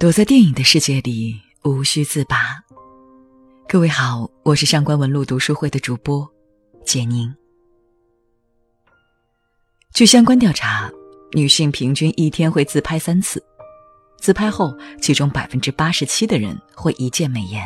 躲在电影的世界里，无需自拔。各位好，我是上官文露读书会的主播简宁。据相关调查，女性平均一天会自拍3次，自拍后其中 87% 的人会一键美颜。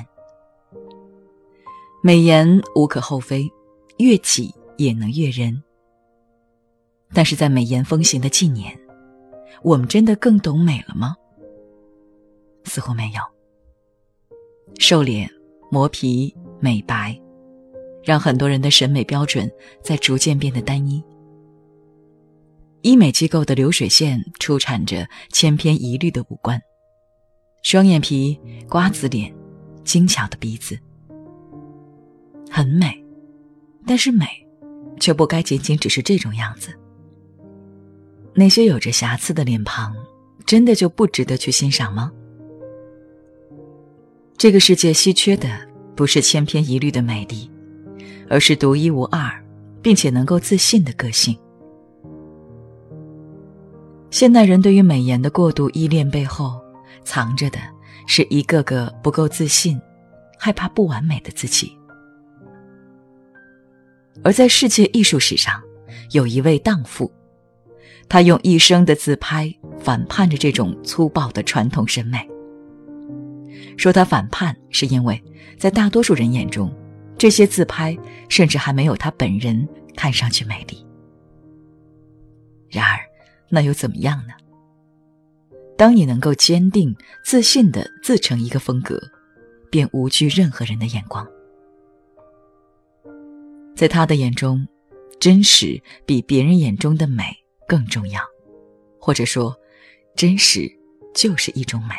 美颜无可厚非，悦己也能悦人。但是在美颜风行的近年，我们真的更懂美了吗？似乎没有。瘦脸、磨皮、美白，让很多人的审美标准在逐渐变得单一。医美机构的流水线出产着千篇一律的五官：双眼皮、瓜子脸、精巧的鼻子。很美，但是美却不该仅仅只是这种样子。那些有着瑕疵的脸庞，真的就不值得去欣赏吗？这个世界稀缺的不是千篇一律的美丽，而是独一无二并且能够自信的个性。现代人对于美颜的过度依恋背后，藏着的是一个个不够自信、害怕不完美的自己。而在世界艺术史上，有一位荡妇，她用一生的自拍反叛着这种粗暴的传统审美。说她反叛是因为在大多数人眼中，这些自拍甚至还没有她本人看上去美丽。然而那又怎么样呢？当你能够坚定自信地自成一个风格，便无惧任何人的眼光。在他的眼中，真实比别人眼中的美更重要，或者说真实就是一种美。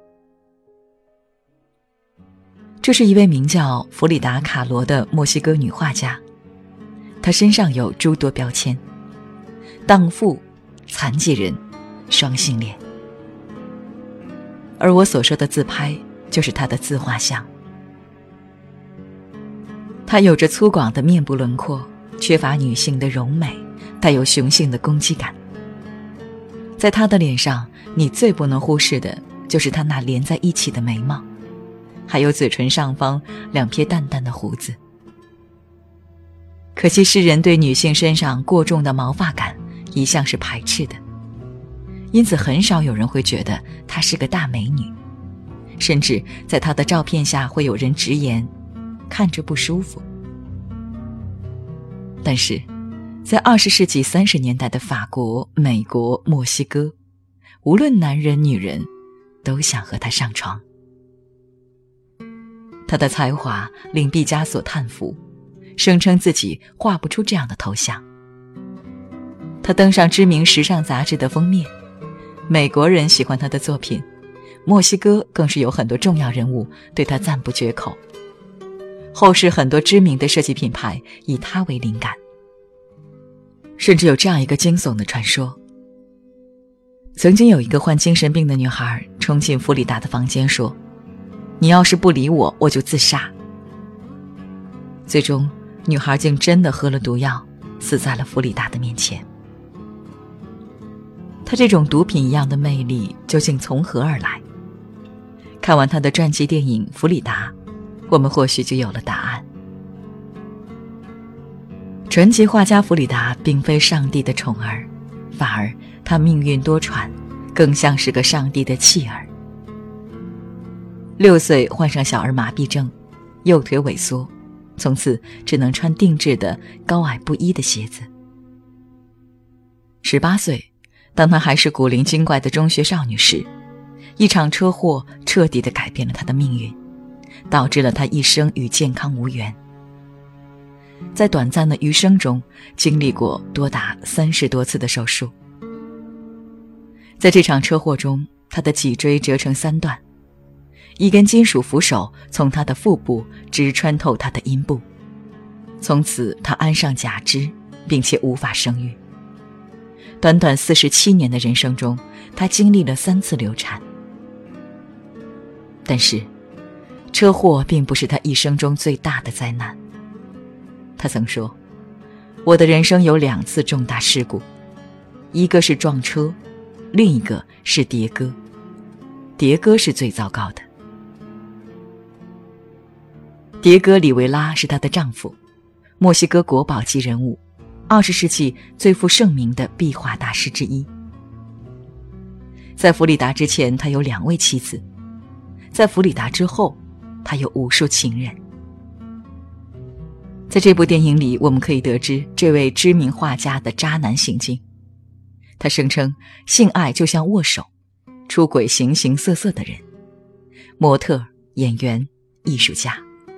这是一位名叫弗里达·卡罗的墨西哥女画家，她身上有诸多标签：荡妇、残疾人、双性恋。而我所说的自拍就是她的自画像。她有着粗犷的面部轮廓，缺乏女性的柔美，带有雄性的攻击感。在她的脸上，你最不能忽视的就是她那连在一起的眉毛，还有嘴唇上方2撇淡淡的胡子。可惜世人对女性身上过重的毛发感一向是排斥的，因此很少有人会觉得她是个大美女，甚至在她的照片下会有人直言看着不舒服。但是在20世纪30年代的法国、美国、墨西哥，无论男人女人都想和她上床。她的才华令毕加索叹服，声称自己画不出这样的头像。她登上知名时尚杂志的封面，美国人喜欢她的作品，墨西哥更是有很多重要人物对她赞不绝口。后世很多知名的设计品牌以她为灵感。甚至有这样一个惊悚的传说：曾经有一个患精神病的女孩冲进弗里达的房间说，你要是不理我，我就自杀。最终女孩竟真的喝了毒药，死在了弗里达的面前。她这种毒品一样的魅力究竟从何而来？看完她的传记电影《弗里达》，我们或许就有了答案。传奇画家弗里达并非上帝的宠儿，反而她命运多舛，更像是个上帝的弃儿。6岁患上小儿麻痹症，右腿萎缩，从此只能穿定制的高矮不一的鞋子。18岁，当她还是古灵精怪的中学少女时，一场车祸彻底地改变了她的命运，导致了她一生与健康无缘。在短暂的余生中，经历过多达30多次的手术。在这场车祸中，她的脊椎折成3段，一根金属扶手从她的腹部直穿透她的阴部，从此她安上假肢，并且无法生育。短短47年的人生中，她经历了3次流产。但是车祸并不是她一生中最大的灾难。他曾说，我的人生有2次重大事故，一个是撞车，另一个是跌歌。 迭戈是最糟糕的。迭戈·里维拉是她的丈夫，墨西哥国宝级人物，20世纪最负盛名的壁画大师之一。在弗里达之前，他有2位妻子；在弗里达之后，他有无数情人。在这部电影里，我们可以得知这位知名画家的渣男行径。他声称性爱就像握手，出轨形形色色的人，模特、演员、艺术家。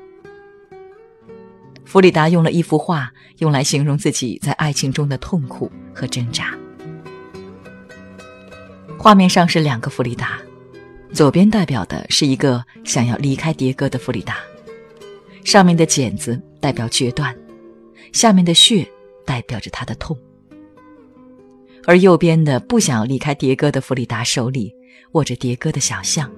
弗里达用了一幅画用来形容自己在爱情中的痛苦和挣扎。画面上是2个弗里达，左边代表的是一个想要离开迭戈的弗里达，上面的茧子代表决断，下面的血代表着他的痛。而右边的不想要离开迭戈的弗里达手里握着迭戈的小象。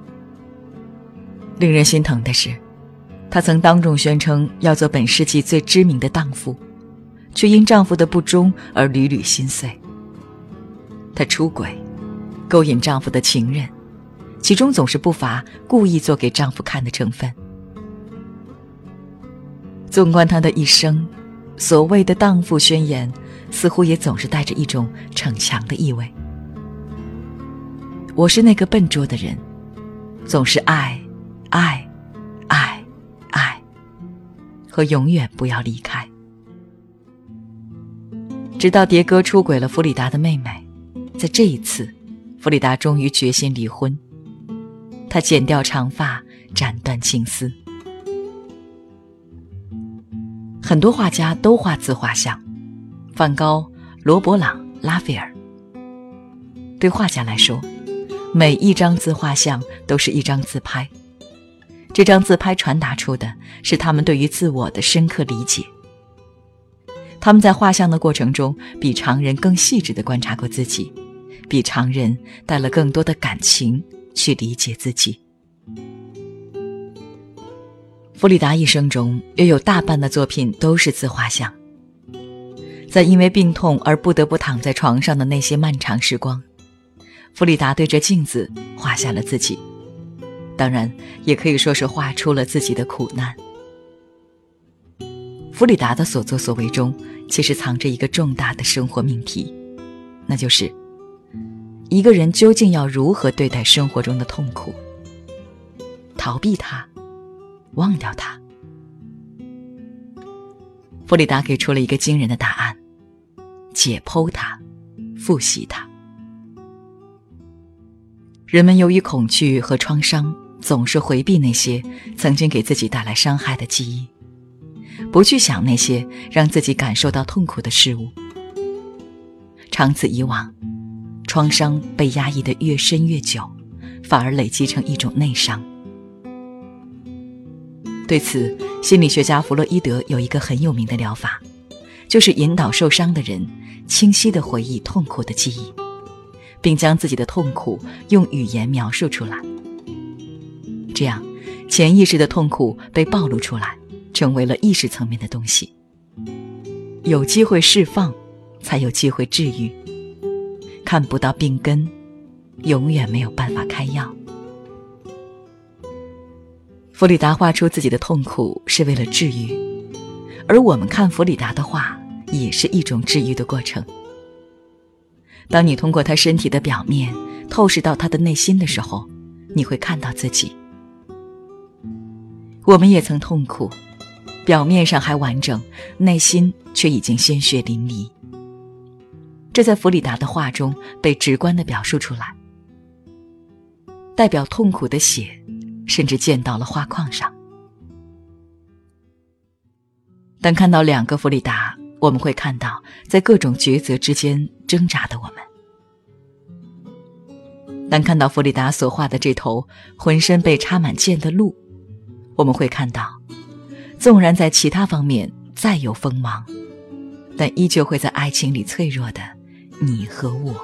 令人心疼的是，她曾当众宣称要做本世纪最知名的荡妇，却因丈夫的不忠而屡屡心碎。她出轨，勾引丈夫的情人，其中总是不乏故意做给丈夫看的成分。纵观她的一生，所谓的荡妇宣言似乎也总是带着一种逞强的意味。我是那个笨拙的人，总是爱爱爱爱，和永远不要离开。直到迭戈出轨了弗里达的妹妹，在这一次，弗里达终于决心离婚。她剪掉长发，斩断情丝。很多画家都画自画像，梵高、罗勃朗、拉斐尔。对画家来说，每一张自画像都是一张自拍，这张自拍传达出的是他们对于自我的深刻理解。他们在画像的过程中比常人更细致地观察过自己，比常人带了更多的感情去理解自己。弗里达一生中约有大半的作品都是自画像。在因为病痛而不得不躺在床上的那些漫长时光，弗里达对着镜子画下了自己，当然也可以说是画出了自己的苦难。弗里达的所作所为中其实藏着一个重大的生活命题，那就是一个人究竟要如何对待生活中的痛苦，逃避它，忘掉它。弗里达给出了一个惊人的答案：解剖它，复习它。人们由于恐惧和创伤，总是回避那些曾经给自己带来伤害的记忆，不去想那些让自己感受到痛苦的事物。长此以往，创伤被压抑得越深越久，反而累积成一种内伤。对此，心理学家弗洛伊德有一个很有名的疗法，就是引导受伤的人清晰地回忆痛苦的记忆，并将自己的痛苦用语言描述出来。这样，潜意识的痛苦被暴露出来，成为了意识层面的东西。有机会释放，才有机会治愈。看不到病根，永远没有办法开药。弗里达画出自己的痛苦是为了治愈，而我们看弗里达的画也是一种治愈的过程。当你通过他身体的表面透视到他的内心的时候，你会看到自己。我们也曾痛苦，表面上还完整，内心却已经鲜血淋漓。这在弗里达的画中被直观地表述出来。代表痛苦的血甚至溅到了画框上。当看到2个弗里达，我们会看到在各种抉择之间挣扎的我们。当看到弗里达所画的这头浑身被插满剑的鹿，我们会看到纵然在其他方面再有锋芒，但依旧会在爱情里脆弱的你和我。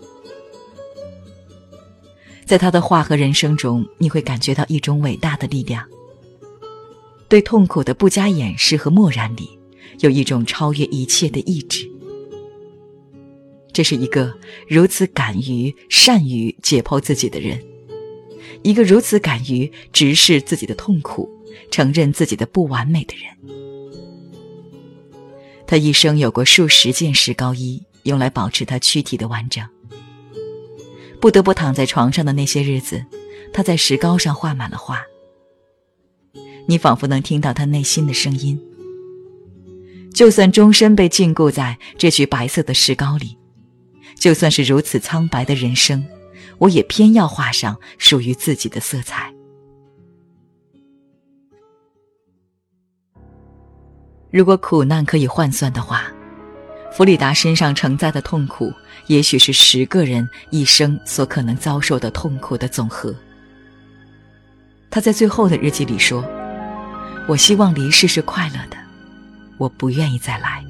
在他的画和人生中，你会感觉到一种伟大的力量。对痛苦的不加掩饰和漠然里，有一种超越一切的意志。这是一个如此敢于善于解剖自己的人， 一个如此敢于直视自己的痛苦，承认自己的不完美的人。他一生有过数十件石膏衣，用来保持他躯体的完整。不得不躺在床上的那些日子，他在石膏上画满了画。你仿佛能听到他内心的声音。就算终身被禁锢在这具白色的石膏里，就算是如此苍白的人生，我也偏要画上属于自己的色彩。如果苦难可以换算的话，弗里达身上承载的痛苦，也许是10个人一生所可能遭受的痛苦的总和。他在最后的日记里说，我希望离世是快乐的，我不愿意再来。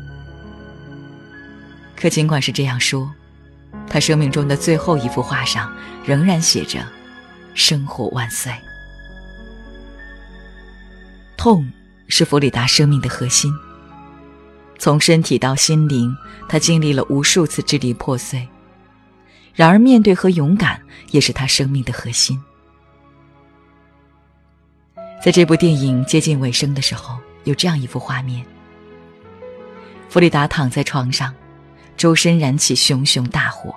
可尽管是这样说，他生命中的最后一幅画上仍然写着生活万岁。痛是弗里达生命的核心，从身体到心灵，他经历了无数次支离破碎。然而面对和勇敢也是他生命的核心。在这部电影接近尾声的时候，有这样一幅画面，弗里达躺在床上，周身燃起熊熊大火。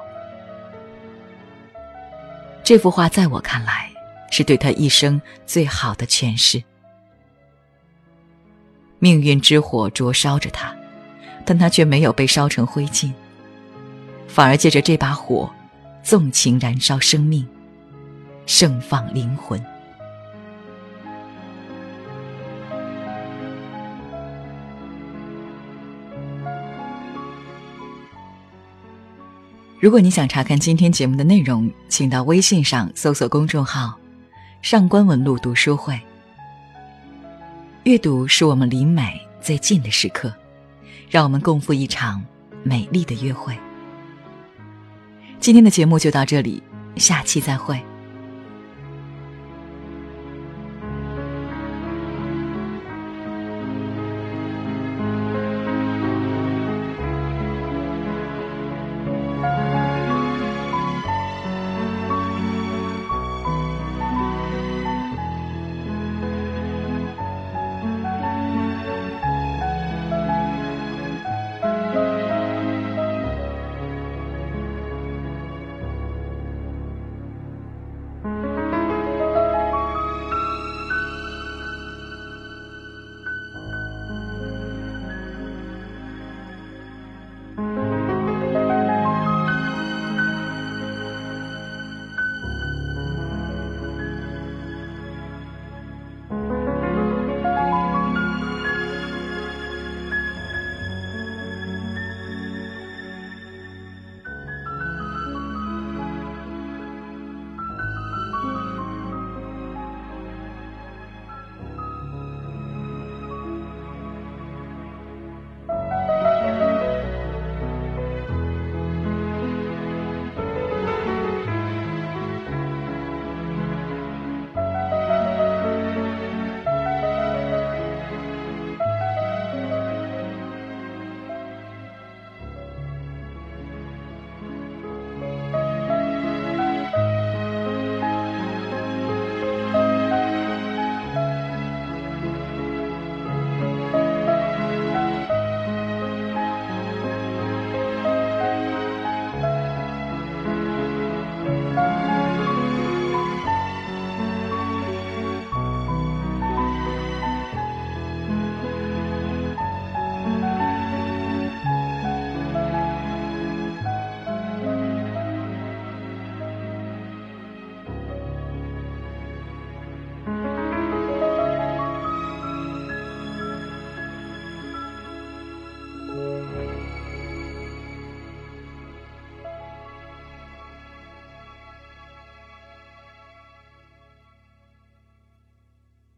这幅画在我看来是对他一生最好的诠释。命运之火灼烧着他，但他却没有被烧成灰烬，反而借着这把火纵情燃烧生命，盛放灵魂。如果你想查看今天节目的内容，请到微信上搜索公众号上官文露读书会。阅读是我们离美最近的时刻，让我们共赴一场美丽的约会。今天的节目就到这里，下期再会。